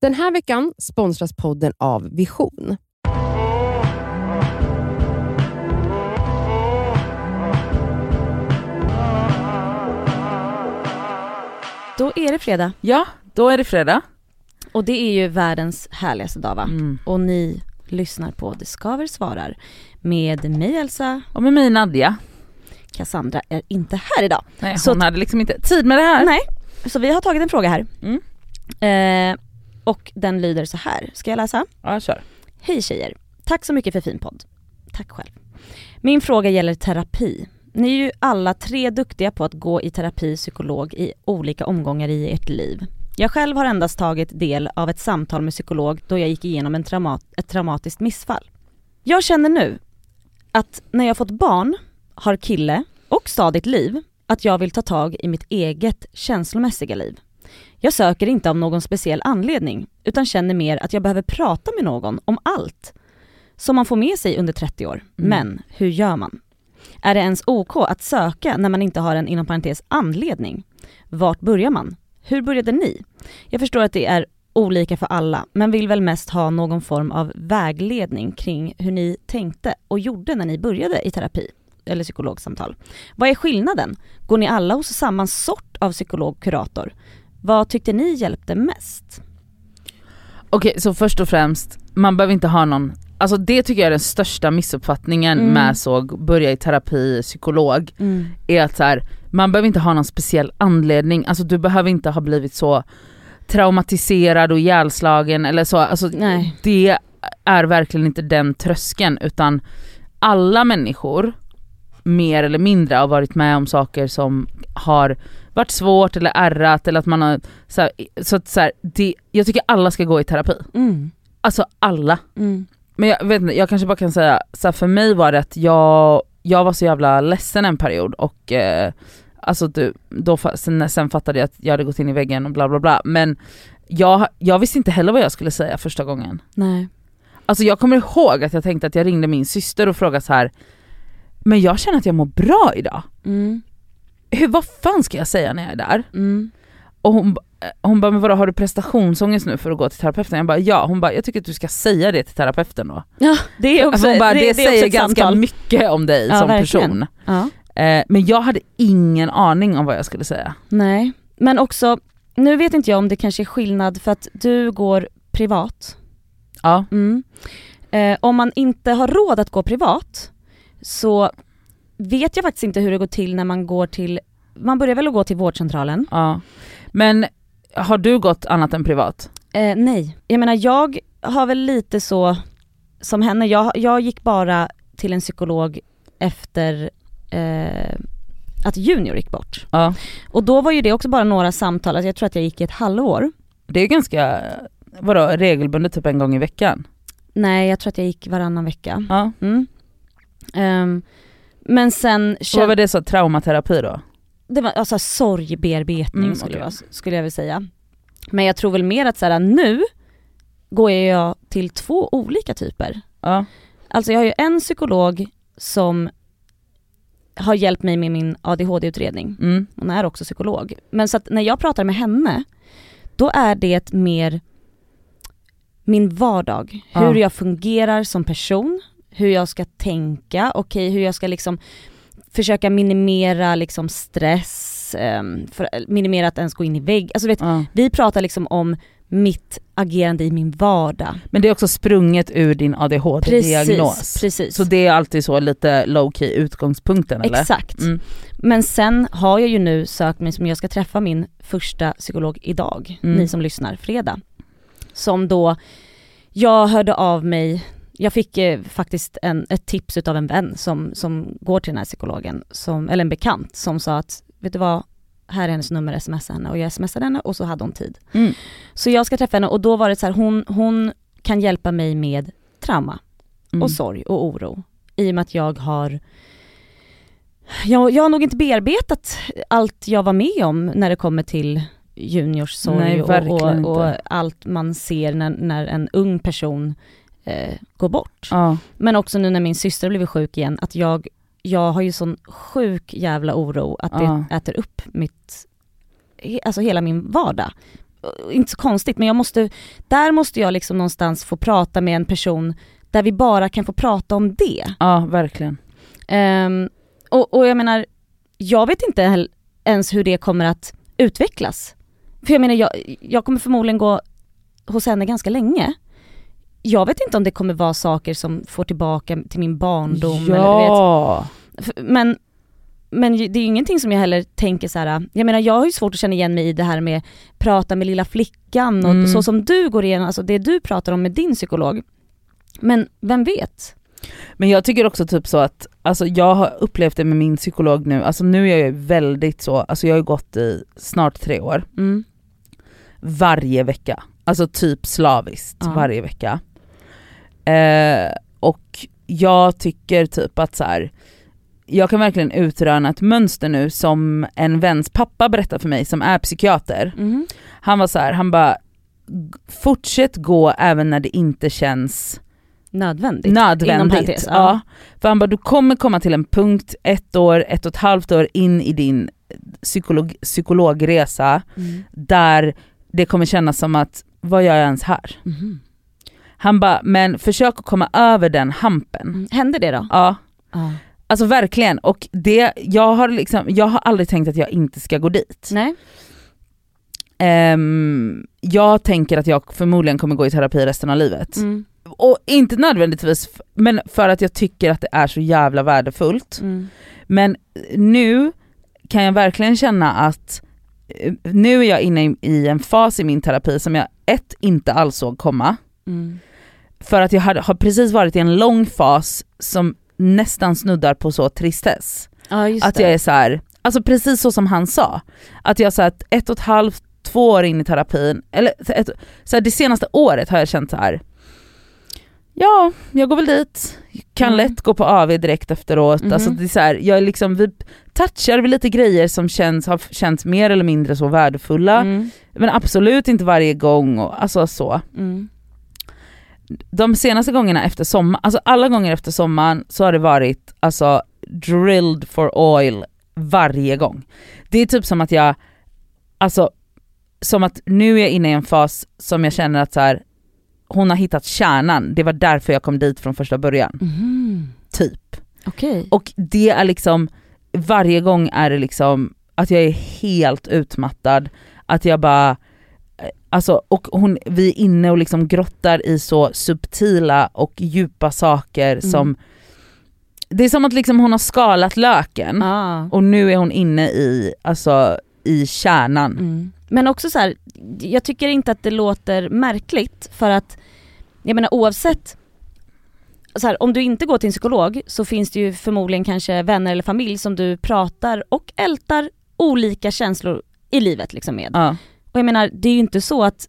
Den här veckan sponsras podden av Vision. Då är det fredag. Ja, då är det fredag. Och det är ju världens härligaste dag, va? Och ni lyssnar på Det Skaver svarar med mig Elsa. Och med mig Nadja. Cassandra är inte här idag. Nej, hon hade liksom inte tid med det här. Nej, så vi har tagit en fråga här. Och den lyder så här. Ska jag läsa? Ja, kör. Hej tjejer, tack så mycket för fin podd. Tack själv. Min fråga gäller terapi. Ni är ju alla 3 duktiga på att gå i terapi, psykolog i olika omgångar i ert liv. Jag själv har endast tagit del av ett samtal med psykolog då jag gick igenom ett traumatiskt missfall. Jag känner nu att när jag fått barn, har kille och stadigt liv, att jag vill ta tag i mitt eget känslomässiga liv. Jag söker inte av någon speciell anledning utan känner mer att jag behöver prata med någon om allt som man får med sig under 30 år. Men hur gör man? Är det ens OK att söka när man inte har en inom parentes anledning? Vart börjar man? Hur började ni? Jag förstår att det är olika för alla, men vill väl mest ha någon form av vägledning kring hur ni tänkte och gjorde när ni började i terapi eller psykologsamtal. Vad är skillnaden? Går ni alla hos samma sort av psykolog-kurator? Vad tyckte ni hjälpte mest? Okej, så först och främst, man behöver inte ha någon... Alltså det tycker jag är den största missuppfattningen med börja i terapi, psykolog. Är att så här, man behöver inte ha någon speciell anledning. Alltså du behöver inte ha blivit så traumatiserad och ihjälslagen eller så. Alltså det är verkligen inte den tröskeln, utan alla människor mer eller mindre har varit med om saker som har varit svårt eller ärrat eller att man har så här, jag tycker alla ska gå i terapi. Alltså alla. Men jag vet inte, jag kanske bara kan säga så här, för mig var det att jag var så jävla ledsen en period och alltså sen fattade jag att jag hade gått in i väggen och bla bla bla, men jag visste inte heller vad jag skulle säga första gången. Nej. Alltså jag kommer ihåg att jag tänkte att jag ringde min syster och frågade så här: men jag känner att jag mår bra idag. Vad fan ska jag säga när jag är där? Och hon bara, men vadå, har du prestationsångest nu för att gå till terapeuten? Jag bara, ja. Hon bara, jag tycker att du ska säga det till terapeuten då. Ja, det är också, hon bara, det säger också ganska samtal. mycket om dig som verkligen. person. Ja. Men jag hade ingen aning om vad jag skulle säga. Nej, men också, nu vet inte jag om det kanske är skillnad för att du går privat. Ja. Om man inte har råd att gå privat så vet jag faktiskt inte hur det går till när man går till, man börjar väl att gå till vårdcentralen. Ja. Men har du gått annat än privat? Nej, jag menar jag har väl lite så som henne, jag gick bara till en psykolog efter att Junior gick bort. Ja. Och då var ju det också bara några samtal, alltså jag tror att jag gick i ett halvår. Det är ganska, regelbundet typ en gång i veckan? Nej, jag tror att jag gick varannan vecka. Ja. Men sen... Vad var det så, traumaterapi då? Det var alltså sorgbearbetning skulle jag väl säga. Men jag tror väl mer att så här, nu går jag till 2 olika typer. Ja. Alltså jag har ju en psykolog som har hjälpt mig med min ADHD-utredning. Hon är också psykolog. Men så att när jag pratar med henne, då är det mer min vardag. Hur jag fungerar som person. Hur jag ska tänka. Hur jag ska liksom försöka minimera liksom stress. Minimera att ens gå in i vägg. Alltså vi pratar liksom om mitt agerande i min vardag. Men det är också sprunget ur din ADHD-diagnos. Precis. Så det är alltid så lite low-key utgångspunkten, eller? Exakt. Men sen har jag ju nu sökt mig som jag ska träffa min första psykolog idag. Ni som lyssnar, fredag. Som då, jag hörde av mig, jag fick faktiskt ett tips utav en vän som går till den här psykologen, eller en bekant som sa att, vet du vad, här är hennes nummer, smsade henne, och jag smsade henne och så hade hon tid. Så jag ska träffa henne och då var det så här, hon kan hjälpa mig med trauma och sorg och oro i och med att jag har nog inte bearbetat allt jag var med om när det kommer till juniors sorg och allt man ser när en ung person går bort. Men också nu när min syster blev sjuk igen, att jag har ju sån sjuk jävla oro att det äter upp alltså hela min vardag. inte så konstigt, men där måste jag liksom någonstans få prata med en person där vi bara kan få prata om det. Ja, verkligen. Och jag menar, jag vet inte ens hur det kommer att utvecklas. För jag menar, jag kommer förmodligen gå hos henne ganska länge. Jag vet inte om det kommer vara saker som får tillbaka till min barndom. Ja. Eller, du vet. Men det är ju ingenting som jag heller tänker så här. Jag menar, jag har ju svårt att känna igen mig i det här med prata med lilla flickan och så som du går igenom, alltså det du pratar om med din psykolog. Men vem vet? Men jag tycker också typ så att, alltså jag har upplevt det med min psykolog nu, alltså nu är jag ju väldigt så, alltså jag har ju gått i snart 3 år. Varje vecka, alltså typ slaviskt varje vecka. Och jag tycker typ att så här, jag kan verkligen utröna ett mönster nu som en väns pappa berättar för mig som är psykiater. Han var så här, han bara, fortsätt gå även när det inte känns nödvändigt. Ja. För han bara, du kommer komma till en punkt 1 år, 1,5 år in i din psykologresa där det kommer kännas som att, vad gör jag ens här? Han bara, men försök att komma över den hampen. Hände det då? Ja. Alltså verkligen, och det, jag har aldrig tänkt att jag inte ska gå dit. Nej. Jag tänker att jag förmodligen kommer gå i terapi resten av livet. Och inte nödvändigtvis, men för att jag tycker att det är så jävla värdefullt. Men nu kan jag verkligen känna att nu är jag inne i en fas i min terapi som jag inte alls såg komma. För att jag har precis varit i en lång fas som nästan snuddar på så tristess. Ja, just att det. jag är så här, alltså precis så som han sa, att jag så att 1,5-2 år in i terapin, eller så här, det senaste året har jag känt så här, ja, jag går väl dit, kan lätt gå på AV direkt efteråt. Alltså det är så här, jag är liksom, vi touchar vid lite grejer som har känts mer eller mindre så värdefulla, men absolut inte varje gång, och alltså så. De senaste gångerna efter sommaren, alltså alla gånger efter sommaren, så har det varit alltså drilled for oil varje gång. Det är typ som att jag, alltså som att nu är jag inne i en fas som jag känner att så här, hon har hittat kärnan. Det var därför jag kom dit från första början. Typ. Okay. Och det är liksom, varje gång är det liksom att jag är helt utmattad, att jag bara, alltså, och vi är inne och liksom grottar i så subtila och djupa saker som, det är som att liksom hon har skalat löken och nu är hon inne i, alltså, i kärnan. Men också så här, jag tycker inte att det låter märkligt, för att jag menar, oavsett så här, om du inte går till en psykolog så finns det ju förmodligen kanske vänner eller familj som du pratar och ältar olika känslor i livet liksom med. Och jag menar, det är ju inte så att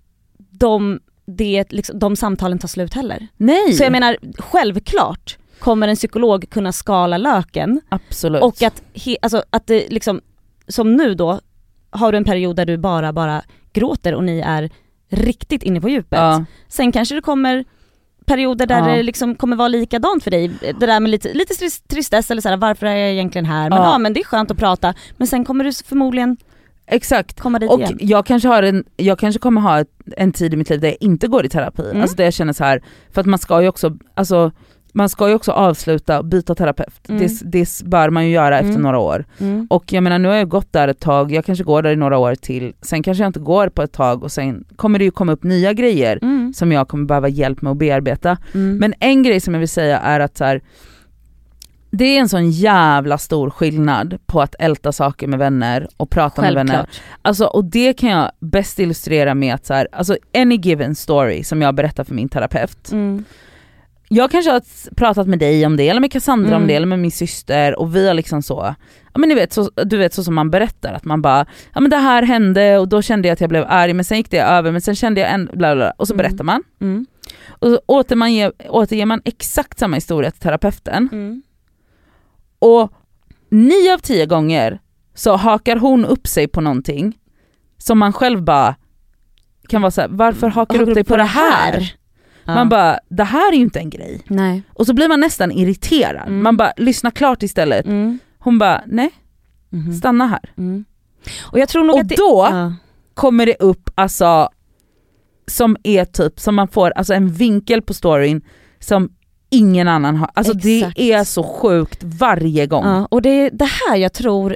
de samtalen tar slut heller. Nej. Så jag menar, självklart kommer en psykolog kunna skala löken. Absolut. Och att det liksom, som nu då, har du en period där du bara gråter och ni är riktigt inne på djupet. Sen kanske det kommer perioder där det liksom kommer vara likadant för dig. Det där med lite tristess eller så här, varför är jag egentligen här? Men men det är skönt att prata. Men sen kommer du förmodligen komma dit igen. Och jag kanske kommer ha en tid i mitt liv där jag inte går i terapi. Alltså där jag känner så här, för att man ska ju också avsluta och byta terapeut. Det bör man ju göra efter några år. Och jag menar, nu har jag gått där ett tag, jag kanske går där i några år till, sen kanske jag inte går på ett tag och sen kommer det ju komma upp nya grejer som jag kommer behöva hjälp med att bearbeta. Men en grej som jag vill säga är att så här, det är en sån jävla stor skillnad på att älta saker med vänner och prata med vänner. Alltså, och det kan jag bäst illustrera med att så här, alltså any given story som jag berättar för min terapeut. Jag kanske har pratat med dig om det, eller med Cassandra om det, eller med min syster, och vi har liksom så, ja men du vet så som man berättar, att man bara, ja men det här hände och då kände jag att jag blev arg, men sen gick det över, men sen kände jag bla bla, och så berättar man. Och så återger man exakt samma historia till terapeuten. Och 9 av 10 gånger så hakar hon upp sig på någonting som man själv bara kan vara så här, varför hakar du upp dig på det här? Man bara, det här är ju inte en grej. Nej. Och så blir man nästan irriterad. Man bara, lyssna klart istället. Hon bara, nej, stanna här. Och jag tror nog att kommer det upp alltså som är typ som man får alltså en vinkel på storyn som ingen annan har. Alltså Exakt. det är så sjukt varje gång. Ja, och det är det här jag tror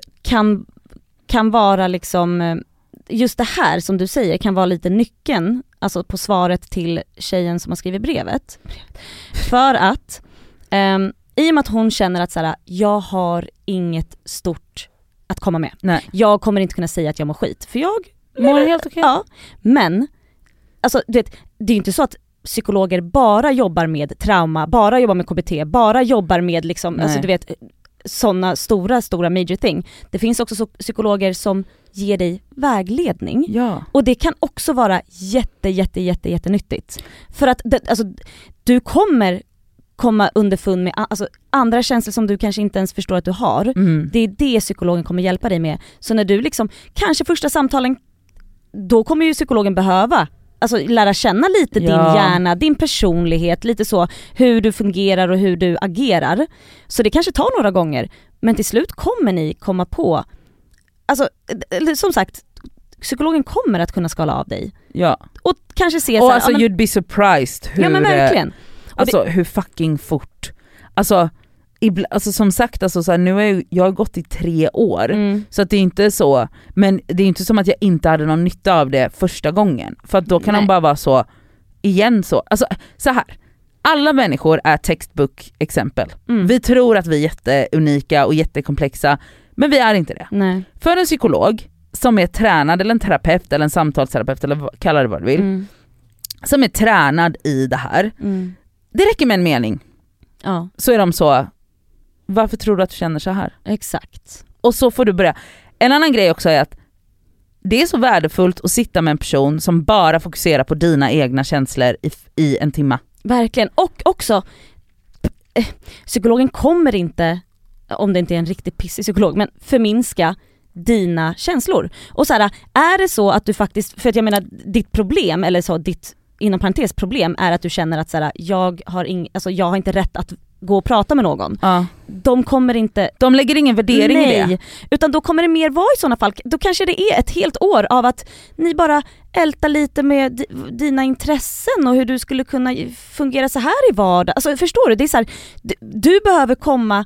kan vara liksom, just det här som du säger kan vara lite nyckeln, alltså på svaret till tjejen som har skrivit brevet. För att i och med att hon känner att såhär, jag har inget stort att komma med. Nej. Jag kommer inte kunna säga att jag mår skit, för jag Mår helt okej. Ja, men alltså, det är ju inte så att psykologer bara jobbar med trauma, bara jobbar med KBT, bara jobbar med liksom, alltså, du vet, sådana stora major thing. Det finns också psykologer som ger dig vägledning. Ja. Och det kan också vara jättenyttigt. För att alltså, du kommer komma underfund med alltså, andra känslor som du kanske inte ens förstår att du har. Det är det psykologen kommer hjälpa dig med. Så när du liksom, kanske första samtalen, då kommer ju psykologen behöva alltså lära känna lite din hjärna, din personlighet, lite så hur du fungerar och hur du agerar. Så det kanske tar några gånger, men till slut kommer ni komma på, alltså som sagt, psykologen kommer att kunna skala av dig. Ja. Och kanske se och alltså you'd be surprised hur, ja men verkligen. Alltså hur fucking fort. Alltså som sagt, alltså, så här, nu är jag har gått i 3 år så att det är inte så, men det är inte som att jag inte hade någon nytta av det första gången, för att då kan de bara vara så igen så. Alltså så här, alla människor är textbook exempel. Vi tror att vi är jätteunika och jättekomplexa, men vi är inte det. Nej. För en psykolog som är tränad, eller en terapeut eller en samtalsterapeut eller kalla det vad du vill, som är tränad i det här, det räcker med en mening. Ja. Så är de så, varför tror du att du känner så här? Exakt. Och så får du börja. En annan grej också är att det är så värdefullt att sitta med en person som bara fokuserar på dina egna känslor i en timme. Verkligen. Och också, psykologen kommer inte, om det inte är en riktigt pissig psykolog, men förminska dina känslor. Och så här, är det så att du faktiskt, för att jag menar ditt problem, eller så ditt inom parentes problem är att du känner att så här, jag har inte rätt att gå och prata med någon. Ja. De lägger ingen värdering i det. Utan då kommer det mer vara i sådana fall. Då kanske det är ett helt år av att ni bara ältar lite med dina intressen och hur du skulle kunna fungera så här i vardag. Alltså förstår du? Det är så här, du behöver komma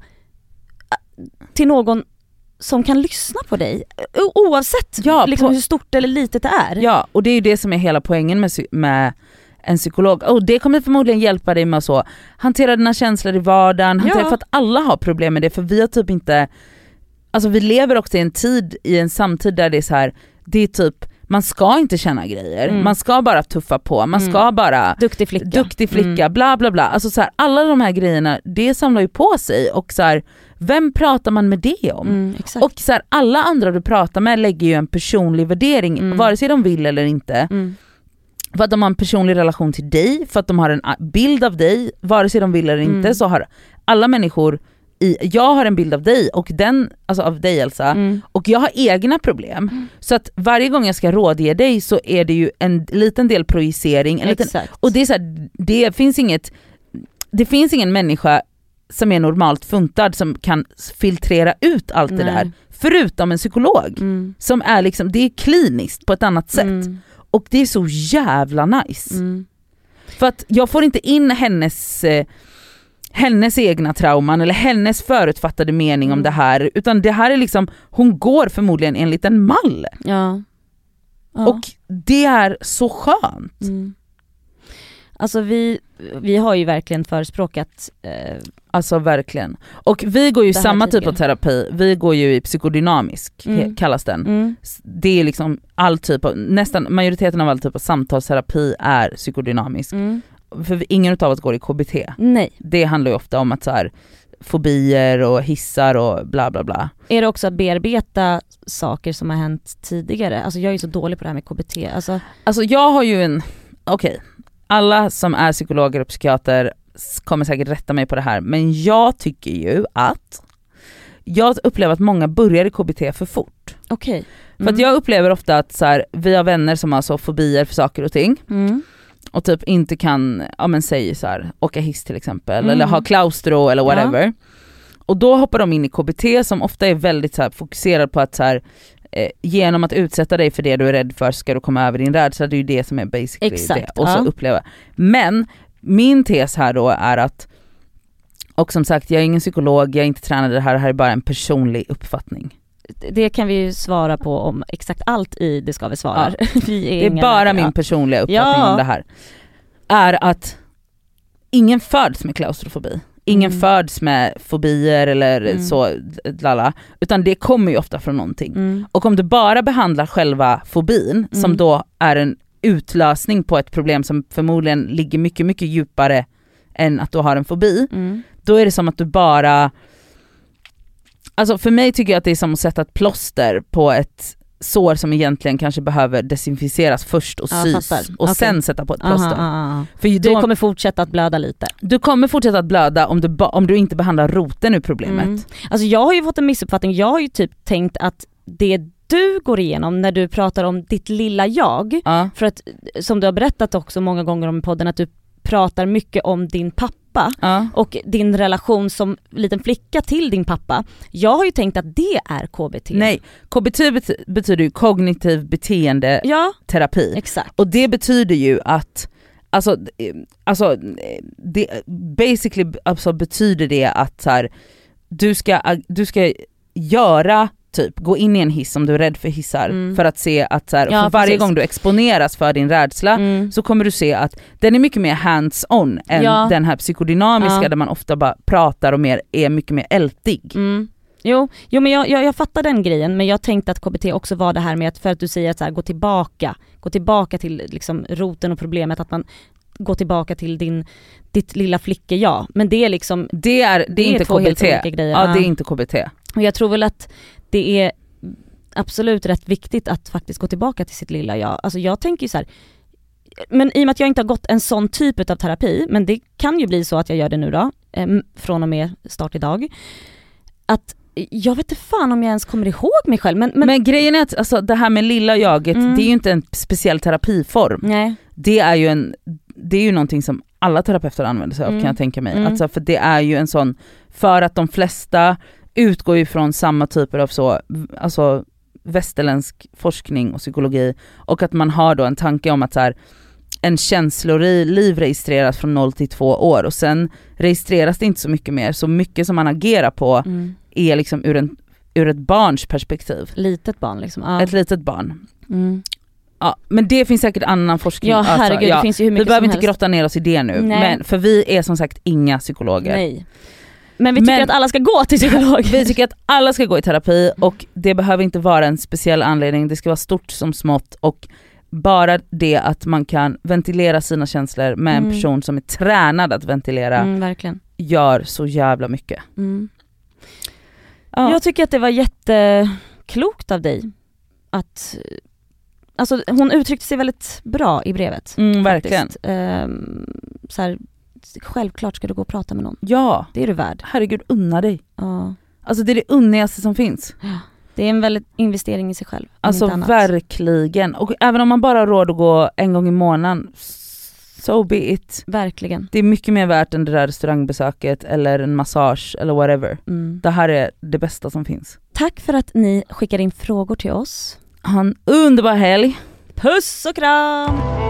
till någon som kan lyssna på dig oavsett liksom hur stort eller litet det är. Ja, och det är ju det som är hela poängen med en psykolog. Och det kommer förmodligen hjälpa dig med att så hantera dina känslor i vardagen, för att alla har problem med det, för vi har typ inte, alltså vi lever också i en samtid där det är så här, det är typ, man ska inte känna grejer, man ska bara tuffa på, man ska bara duktig flicka, bla bla bla, alltså så här, alla de här grejerna, det samlar ju på sig, och så här, vem pratar man med det om? Och så här, alla andra du pratar med lägger ju en personlig värdering, vare sig de vill eller inte. För att de har en personlig relation till dig, för att de har en bild av dig, vare sig de vill eller inte, så har alla människor jag har en bild av dig och den, alltså av dig Elsa, och jag har egna problem. Så att varje gång jag ska rådge dig så är det ju en liten del projicering, och det är så här, det finns ingen människa som är normalt funtad som kan filtrera ut allt det där, förutom en psykolog som är liksom, det är kliniskt på ett annat sätt. Och det är så jävla nice. För att jag får inte in hennes egna trauman eller hennes förutfattade mening om det här, utan det här är liksom, hon går förmodligen en liten mall. Ja. Och det är så skönt. Alltså vi har ju verkligen förespråkat alltså verkligen. Och vi går ju samma typ av terapi. Vi går ju i psykodynamisk kallas den. Det är liksom all typ av, nästan majoriteten av all typ av samtalsterapi är psykodynamisk. För ingen av oss går i KBT. Nej. Det handlar ju ofta om att så här, fobier och hissar och bla bla bla. Är det också att bearbeta saker som har hänt tidigare? Alltså jag är ju så dålig på det här med KBT. Alltså jag har ju alla som är psykologer och psykiater kommer säkert rätta mig på det här, men jag tycker ju att jag upplever att många börjar i KBT för fort. Okej. För att jag upplever ofta att så här, vi har vänner som har så fobier för saker och ting. Och typ inte kan, säg så här, åka hiss till exempel, eller ha klaustro eller whatever. Och då hoppar de in i KBT som ofta är väldigt så här, fokuserad på att så här, genom att utsätta dig för det du är rädd för ska du komma över din rädsla. Det är ju det som är basically Exakt, det. Och så uppleva. Men min tes här då är att, och som sagt, jag är ingen psykolog, jag är inte tränad i det här är bara en personlig uppfattning. Det kan vi ju svara på om exakt allt i Det ska vi svara. Ja. Det är bara min personliga uppfattning om det här. Är att ingen föds med klaustrofobi. Ingen föds med fobier eller så, lala, utan det kommer ju ofta från någonting. Och om du bara behandlar själva fobin, som då är en utlösning på ett problem som förmodligen ligger mycket, mycket djupare än att du har en fobi, då är det som att du bara... Alltså för mig tycker jag att det är som att sätta ett plåster på ett sår som egentligen kanske behöver desinficeras först och sys och sen sätta på ett plåster. För då, du kommer fortsätta att blöda lite. Du kommer fortsätta att blöda om du inte behandlar roten ur problemet. Alltså jag har ju fått en missuppfattning. Jag har ju typ tänkt att det du går igenom när du pratar om ditt lilla jag, för att som du har berättat också många gånger om i podden, att du pratar mycket om din pappa och din relation som liten flicka till din pappa. Jag har ju tänkt att det är KBT. Nej, KBT betyder ju kognitiv beteendeterapi. Exakt. Och det betyder ju att alltså det basically alltså betyder det att så här, du ska göra typ gå in i en hiss om du är rädd för hissar för att se att så här, för varje gång du exponeras för din rädsla så kommer du se att den är mycket mer hands-on än den här psykodynamiska där man ofta bara pratar och är mycket mer ältig. Jo men jag fattar den grejen, men jag tänkte att KBT också var det här med att, för att du säger att så här, gå tillbaka till liksom roten och problemet, att man går tillbaka till ditt lilla flicka men det är liksom det är inte två KBT. Helt olika grejer. Ja, det är inte KBT. Och jag tror väl att det är absolut rätt viktigt att faktiskt gå tillbaka till sitt lilla jag. Alltså jag tänker ju så här, men i och med att jag inte har gått en sån typ av terapi, men det kan ju bli så att jag gör det nu då, från och med start idag, att jag vet inte fan om jag ens kommer ihåg mig själv. Men grejen är att alltså, det här med lilla jaget, det är ju inte en speciell terapiform. Nej. Det är ju någonting som alla terapeuter använder sig av, kan jag tänka mig. Alltså, för det är ju en sån, för att de flesta utgår ju från samma typer av alltså västerländsk forskning och psykologi, och att man har då en tanke om att så här, en känsloliv registreras från 0 till 2 år och sen registreras det inte så mycket mer. Så mycket som man agerar på är liksom ur ett barns perspektiv. Litet barn liksom. Ett litet barn. Ja, men det finns säkert annan forskning. Ja, herregud, det finns ju hur mycket. Vi behöver inte grotta ner oss i det nu. Men, för vi är som sagt inga psykologer. Nej. Men vi tycker att alla ska gå till psykolog. Vi tycker att alla ska gå i terapi, och det behöver inte vara en speciell anledning. Det ska vara stort som smått, och bara det att man kan ventilera sina känslor med en person som är tränad att ventilera verkligen. Gör så jävla mycket. Ja. Jag tycker att det var jätteklokt av dig att, alltså hon uttryckte sig väldigt bra i brevet. Verkligen. Så här, självklart ska du gå och prata med någon. Ja. Det är du värd. Herregud, unna dig. Ja. Alltså det är det unnigaste som finns. Ja. Det är en väldigt investering i sig själv. Alltså verkligen. Och även om man bara har råd att gå en gång i månaden, so be it. Verkligen. Det är mycket mer värt än det där restaurangbesöket eller en massage eller whatever. Det här är det bästa som finns. Tack för att ni skickar in frågor till oss. Ha en underbar helg. Puss och kram!